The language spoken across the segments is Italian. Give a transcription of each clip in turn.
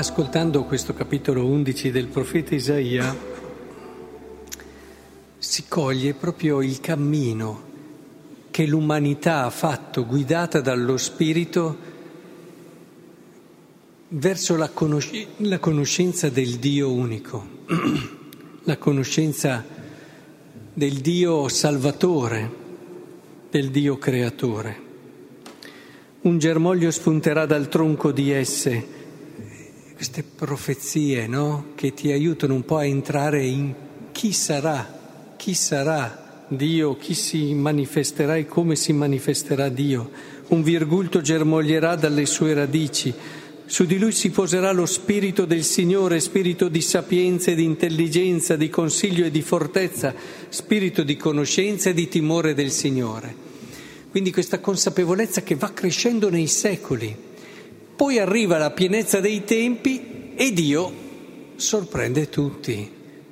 Ascoltando questo capitolo 11 del profeta Isaia si coglie proprio il cammino che l'umanità ha fatto, guidata dallo Spirito, verso la conoscenza del Dio unico, la conoscenza del Dio Salvatore, del Dio Creatore. Un germoglio spunterà dal tronco di esse. Queste profezie, no? Che ti aiutano un po' a entrare in chi sarà Dio, chi si manifesterà e come si manifesterà Dio. Un virgulto germoglierà dalle sue radici. Su di lui si poserà lo spirito del Signore, spirito di sapienza e di intelligenza, di consiglio e di fortezza, spirito di conoscenza e di timore del Signore. Quindi questa consapevolezza che va crescendo nei secoli. Poi arriva la pienezza dei tempi e Dio sorprende tutti.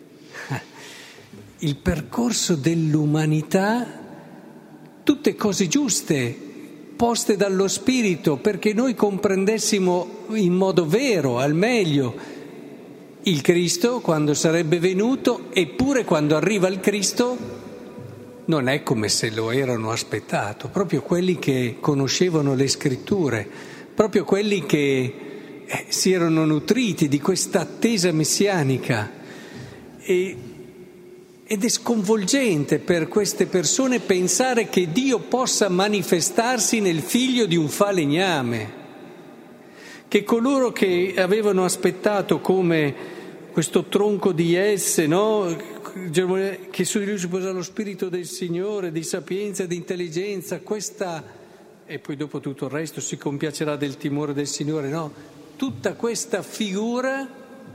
Il percorso dell'umanità, tutte cose giuste, poste dallo Spirito, perché noi comprendessimo in modo vero, al meglio, il Cristo quando sarebbe venuto, eppure quando arriva il Cristo non è come se lo erano aspettato, proprio quelli che conoscevano le Scritture, proprio quelli che si erano nutriti di questa attesa messianica. Ed è sconvolgente per queste persone pensare che Dio possa manifestarsi nel figlio di un falegname, che coloro che avevano aspettato come questo tronco di esse, no? Che su di lui si posa lo spirito del Signore, di sapienza e di intelligenza, e poi dopo tutto il resto si compiacerà del timore del Signore, no? Tutta questa figura,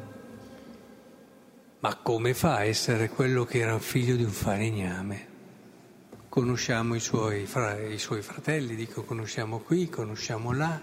ma come fa a essere quello che era figlio di un falegname? Conosciamo i suoi fratelli, conosciamo qui, conosciamo là.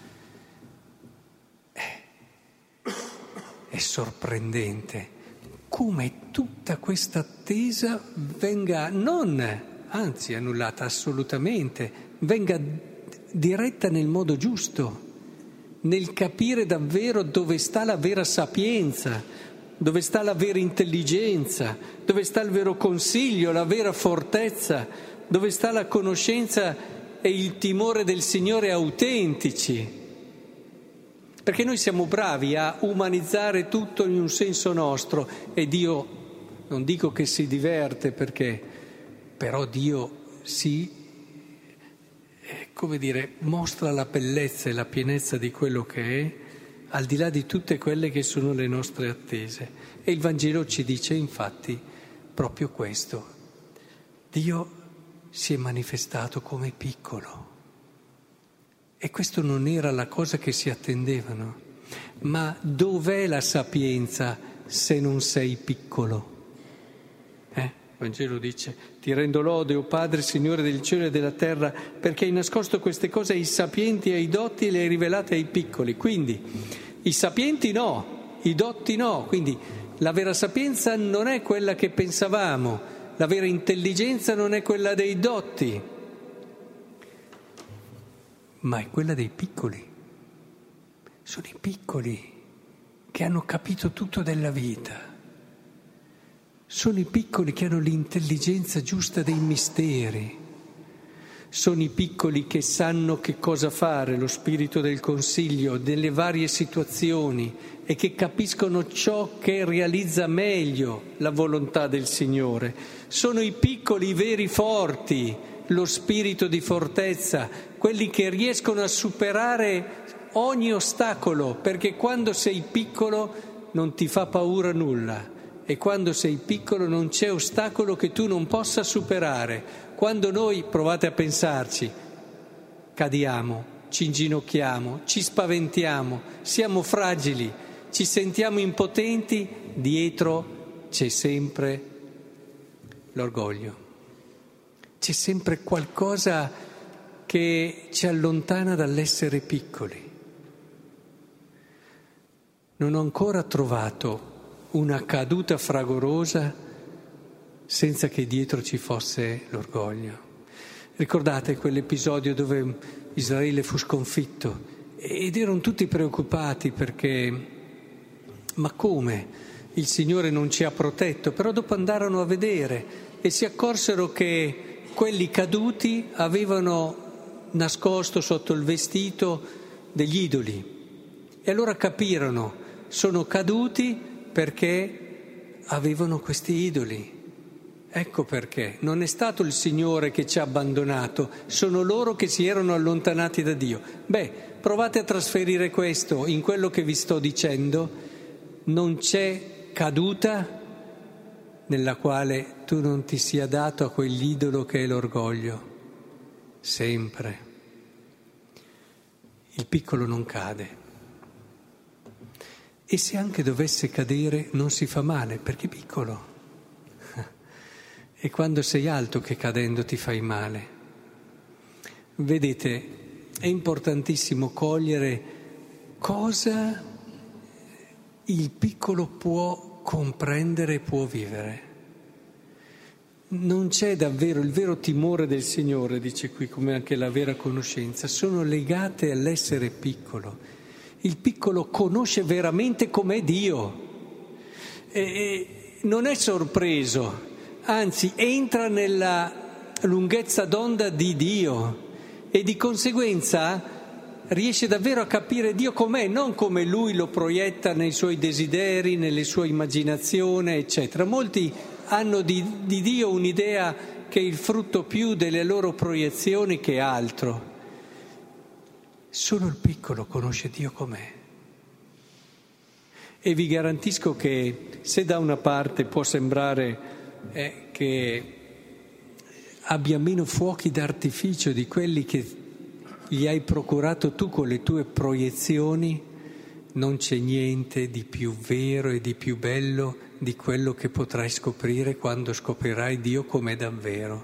È sorprendente come tutta questa attesa venga anzi annullata assolutamente, venga diretta nel modo giusto, nel capire davvero dove sta la vera sapienza, dove sta la vera intelligenza, dove sta il vero consiglio, la vera fortezza, dove sta la conoscenza e il timore del Signore autentici. Perché noi siamo bravi a umanizzare tutto in un senso nostro e Dio, non dico che si diverte però Dio mostra la bellezza e la pienezza di quello che è, al di là di tutte quelle che sono le nostre attese. E il Vangelo ci dice infatti proprio questo. Dio si è manifestato come piccolo. E questo non era la cosa che si attendevano. Ma dov'è la sapienza se non sei piccolo? Il Vangelo dice: ti rendo lode, o Padre, Signore del cielo e della terra, perché hai nascosto queste cose ai sapienti e ai dotti e le hai rivelate ai piccoli. Quindi i sapienti no, i dotti no. Quindi la vera sapienza non è quella che pensavamo, la vera intelligenza non è quella dei dotti, ma è quella dei piccoli. Sono i piccoli che hanno capito tutto della vita. Sono i piccoli che hanno l'intelligenza giusta dei misteri. Sono i piccoli che sanno che cosa fare, lo spirito del consiglio, delle varie situazioni, e che capiscono ciò che realizza meglio la volontà del Signore. Sono i piccoli, i veri forti, lo spirito di fortezza, quelli che riescono a superare ogni ostacolo, perché quando sei piccolo non ti fa paura nulla e quando sei piccolo non c'è ostacolo che tu non possa superare. Quando noi, provate a pensarci, cadiamo, ci inginocchiamo, ci spaventiamo, siamo fragili, ci sentiamo impotenti, dietro c'è sempre l'orgoglio. C'è sempre qualcosa che ci allontana dall'essere piccoli. Non ho ancora trovato una caduta fragorosa senza che dietro ci fosse l'orgoglio. Ricordate quell'episodio dove Israele fu sconfitto ed erano tutti preoccupati perché ma come? Il Signore non ci ha protetto? Però dopo andarono a vedere e si accorsero che quelli caduti avevano nascosto sotto il vestito degli idoli. E allora capirono, sono caduti perché avevano questi idoli. Ecco perché. Non è stato il Signore che ci ha abbandonato, sono loro che si erano allontanati da Dio. Provate a trasferire questo in quello che vi sto dicendo. Non c'è caduta nella quale tu non ti sia dato a quell'idolo che è l'orgoglio. Sempre. Il piccolo non cade. E se anche dovesse cadere non si fa male, perché è piccolo. È quando sei alto che cadendo ti fai male. Vedete, è importantissimo cogliere cosa il piccolo può comprendere e può vivere. Non c'è davvero il vero timore del Signore, dice qui, come anche la vera conoscenza, sono legate all'essere piccolo. Il piccolo conosce veramente com'è Dio e non è sorpreso. Anzi, entra nella lunghezza d'onda di Dio e di conseguenza riesce davvero a capire Dio com'è, non come Lui lo proietta nei suoi desideri, nelle sue immaginazioni, eccetera. Molti hanno di Dio un'idea che è il frutto più delle loro proiezioni che altro. Solo il piccolo conosce Dio com'è. E vi garantisco che se da una parte può sembrare che abbia meno fuochi d'artificio di quelli che gli hai procurato tu con le tue proiezioni, non c'è niente di più vero e di più bello di quello che potrai scoprire quando scoprirai Dio com'è davvero.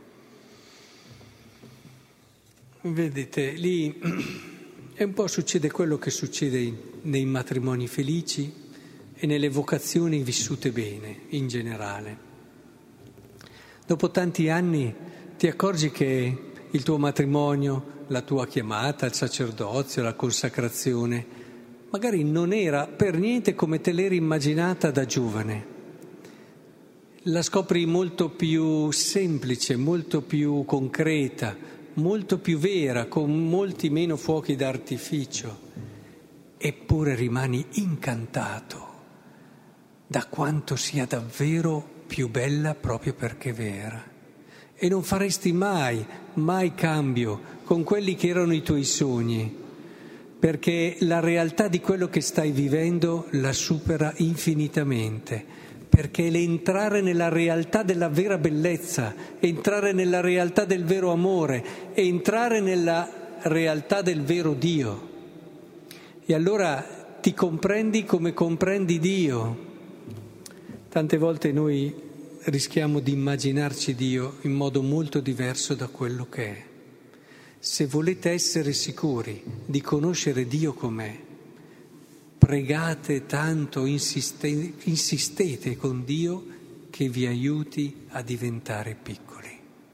Vedete, lì è un po' succede quello che succede nei matrimoni felici e nelle vocazioni vissute bene in generale. Dopo tanti anni ti accorgi che il tuo matrimonio, la tua chiamata, il sacerdozio, la consacrazione, magari non era per niente come te l'eri immaginata da giovane. La scopri molto più semplice, molto più concreta, molto più vera, con molti meno fuochi d'artificio. Eppure rimani incantato da quanto sia davvero più bella proprio perché vera. E non faresti mai cambio con quelli che erano i tuoi sogni, perché la realtà di quello che stai vivendo la supera infinitamente, perché l'entrare nella realtà della vera bellezza, entrare nella realtà del vero amore, entrare nella realtà del vero Dio. E allora ti comprendi come comprendi Dio. Tante volte noi rischiamo di immaginarci Dio in modo molto diverso da quello che è. Se volete essere sicuri di conoscere Dio com'è, pregate tanto, insistete con Dio che vi aiuti a diventare piccoli.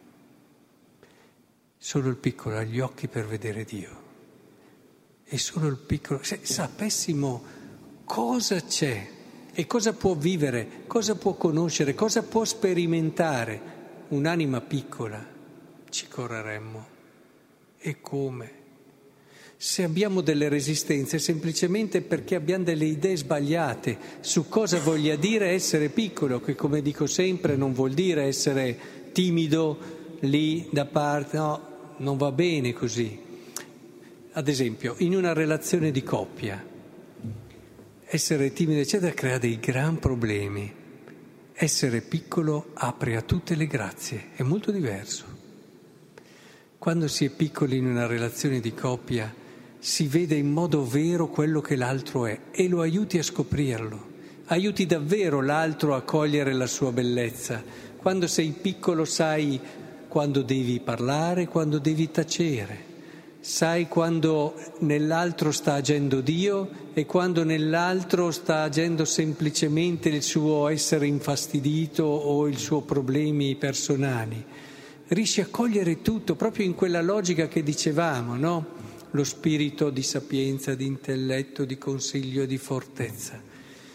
Solo il piccolo ha gli occhi per vedere Dio. E solo il piccolo, se sapessimo cosa c'è e cosa può vivere, cosa può conoscere, cosa può sperimentare un'anima piccola, ci correremmo. E come? Se abbiamo delle resistenze è semplicemente perché abbiamo delle idee sbagliate su cosa voglia dire essere piccolo, che come dico sempre non vuol dire essere timido lì da parte, no, non va bene così. Ad esempio, in una relazione di coppia, essere timido eccetera crea dei gran problemi. Essere piccolo apre a tutte le grazie, è molto diverso. Quando si è piccoli in una relazione di coppia si vede in modo vero quello che l'altro è e lo aiuti a scoprirlo, aiuti davvero l'altro a cogliere la sua bellezza. Quando sei piccolo sai quando devi parlare, quando devi tacere. Sai quando nell'altro sta agendo Dio e quando nell'altro sta agendo semplicemente il suo essere infastidito o i suoi problemi personali. Riesci a cogliere tutto proprio in quella logica che dicevamo, no? Lo spirito di sapienza, di intelletto, di consiglio, di fortezza.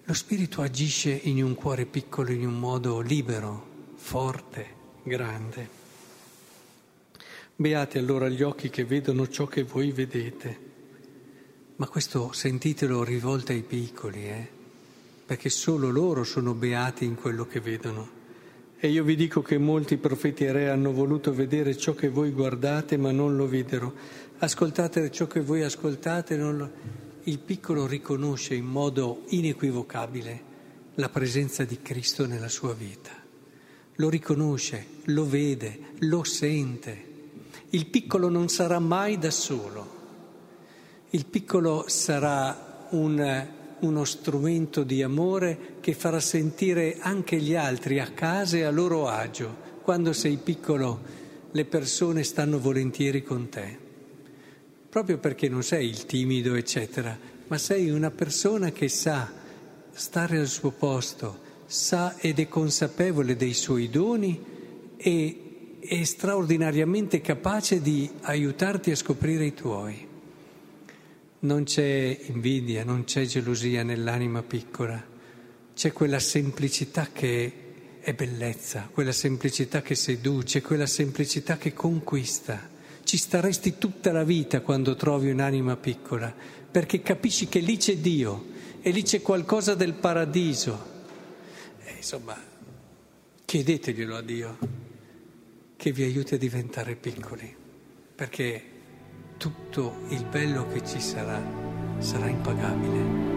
Lo Spirito agisce in un cuore piccolo in un modo libero, forte, grande. Beati allora gli occhi che vedono ciò che voi vedete. Ma questo sentitelo rivolto ai piccoli, perché solo loro sono beati in quello che vedono. E io vi dico che molti profeti e re hanno voluto vedere ciò che voi guardate, ma non lo videro. Ascoltate ciò che voi ascoltate, Il piccolo riconosce in modo inequivocabile la presenza di Cristo nella sua vita. Lo riconosce, lo vede, lo sente. Il piccolo non sarà mai da solo. Il piccolo sarà uno strumento di amore che farà sentire anche gli altri a casa e a loro agio. Quando sei piccolo, le persone stanno volentieri con te, proprio perché non sei il timido, eccetera, ma sei una persona che sa stare al suo posto, sa ed è consapevole dei suoi doni e è straordinariamente capace di aiutarti a scoprire i tuoi. Non c'è invidia, non c'è gelosia nell'anima piccola, c'è quella semplicità che è bellezza, quella semplicità che seduce, quella semplicità che conquista. Ci staresti tutta la vita quando trovi un'anima piccola, perché capisci che lì c'è Dio e lì c'è qualcosa del paradiso. Insomma, chiedeteglielo a Dio che vi aiuti a diventare piccoli, perché tutto il bello che ci sarà impagabile.